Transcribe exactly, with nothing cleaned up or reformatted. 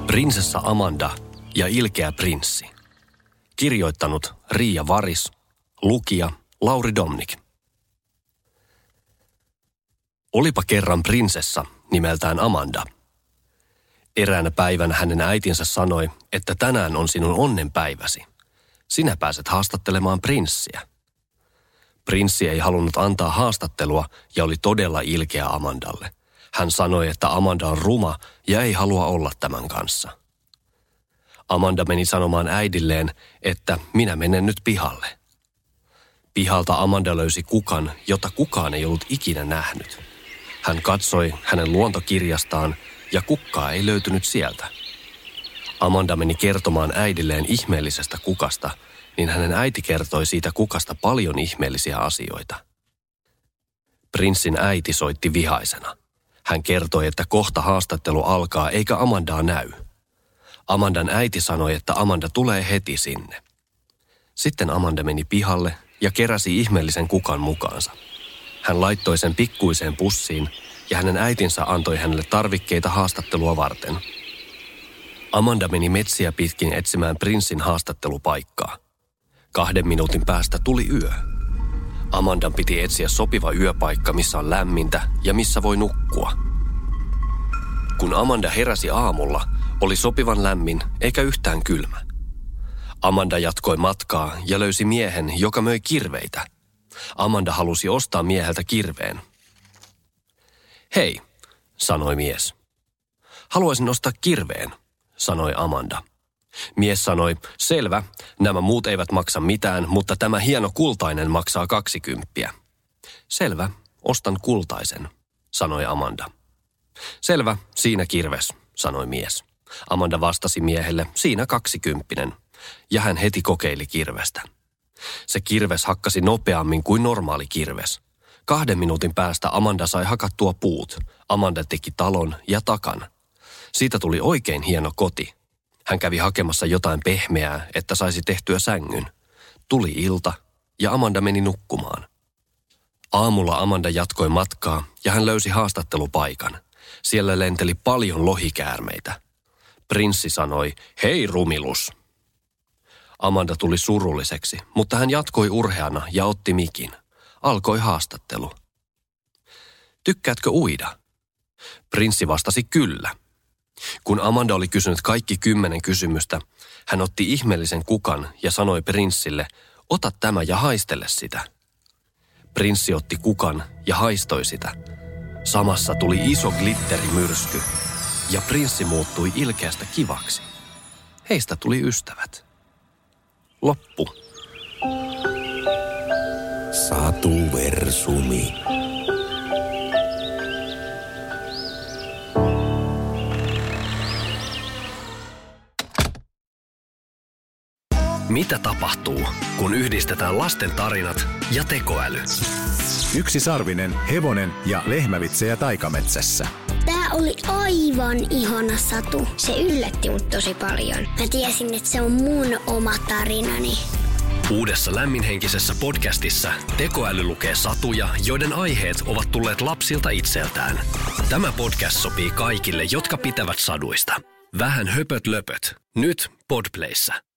Prinsessa Amanda ja ilkeä prinssi. Kirjoittanut Riia Varis, lukija Lauri Domnik. Olipa kerran prinsessa nimeltään Amanda. Eräänä päivänä hänen äitinsä sanoi, että tänään on sinun onnenpäiväsi. Sinä pääset haastattelemaan prinssiä. Prinssi ei halunnut antaa haastattelua ja oli todella ilkeä Amandalle. Hän sanoi, että Amanda on ruma ja ei halua olla tämän kanssa. Amanda meni sanomaan äidilleen, että minä menen nyt pihalle. Pihalta Amanda löysi kukan, jota kukaan ei ollut ikinä nähnyt. Hän katsoi hänen luontokirjastaan ja kukkaa ei löytynyt sieltä. Amanda meni kertomaan äidilleen ihmeellisestä kukasta, niin hänen äiti kertoi siitä kukasta paljon ihmeellisiä asioita. Prinssin äiti soitti vihaisena. Hän kertoi, että kohta haastattelu alkaa eikä Amandaa näy. Amandan äiti sanoi, että Amanda tulee heti sinne. Sitten Amanda meni pihalle ja keräsi ihmeellisen kukan mukaansa. Hän laittoi sen pikkuiseen pussiin ja hänen äitinsä antoi hänelle tarvikkeita haastattelua varten. Amanda meni metsiä pitkin etsimään prinssin haastattelupaikkaa. Kahden minuutin päästä tuli yö. Amandan piti etsiä sopiva yöpaikka, missä on lämmintä ja missä voi nukkua. Kun Amanda heräsi aamulla, oli sopivan lämmin eikä yhtään kylmä. Amanda jatkoi matkaa ja löysi miehen, joka möi kirveitä. Amanda halusi ostaa mieheltä kirveen. Hei, sanoi mies. Haluaisin ostaa kirveen, sanoi Amanda. Mies sanoi, selvä, nämä muut eivät maksa mitään, mutta tämä hieno kultainen maksaa kaksikymppiä. Selvä, ostan kultaisen, sanoi Amanda. Selvä, siinä kirves, sanoi mies. Amanda vastasi miehelle, siinä kaksikymppinen, ja hän heti kokeili kirvestä. Se kirves hakkasi nopeammin kuin normaali kirves. Kahden minuutin päästä Amanda sai hakattua puut. Amanda teki talon ja takan. Siitä tuli oikein hieno koti. Hän kävi hakemassa jotain pehmeää, että saisi tehtyä sängyn. Tuli ilta ja Amanda meni nukkumaan. Aamulla Amanda jatkoi matkaa ja hän löysi haastattelupaikan. Siellä lenteli paljon lohikäärmeitä. Prinssi sanoi, hei rumilus. Amanda tuli surulliseksi, mutta hän jatkoi urheana ja otti mikin. Alkoi haastattelu. Tykkäätkö uida? Prinssi vastasi kyllä. Kun Amanda oli kysynyt kaikki kymmenen kysymystä, hän otti ihmeellisen kukan ja sanoi prinssille, ota tämä ja haistele sitä. Prinssi otti kukan ja haistoi sitä. Samassa tuli iso glitterimyrsky ja prinssi muuttui ilkeästä kivaksi. Heistä tuli ystävät. Loppu. Satuversumi. Mitä tapahtuu, kun yhdistetään lasten tarinat ja tekoäly? Yksisarvinen, hevonen ja lehmävitsejä taikametsässä. Tää oli aivan ihana Satu. Se yllätti mut tosi paljon. Mä tiesin, että se on mun oma tarinani. Uudessa lämminhenkisessä podcastissa tekoäly lukee satuja, joiden aiheet ovat tulleet lapsilta itseltään. Tämä podcast sopii kaikille, jotka pitävät saduista. Vähän höpöt löpöt. Nyt Podplayssä.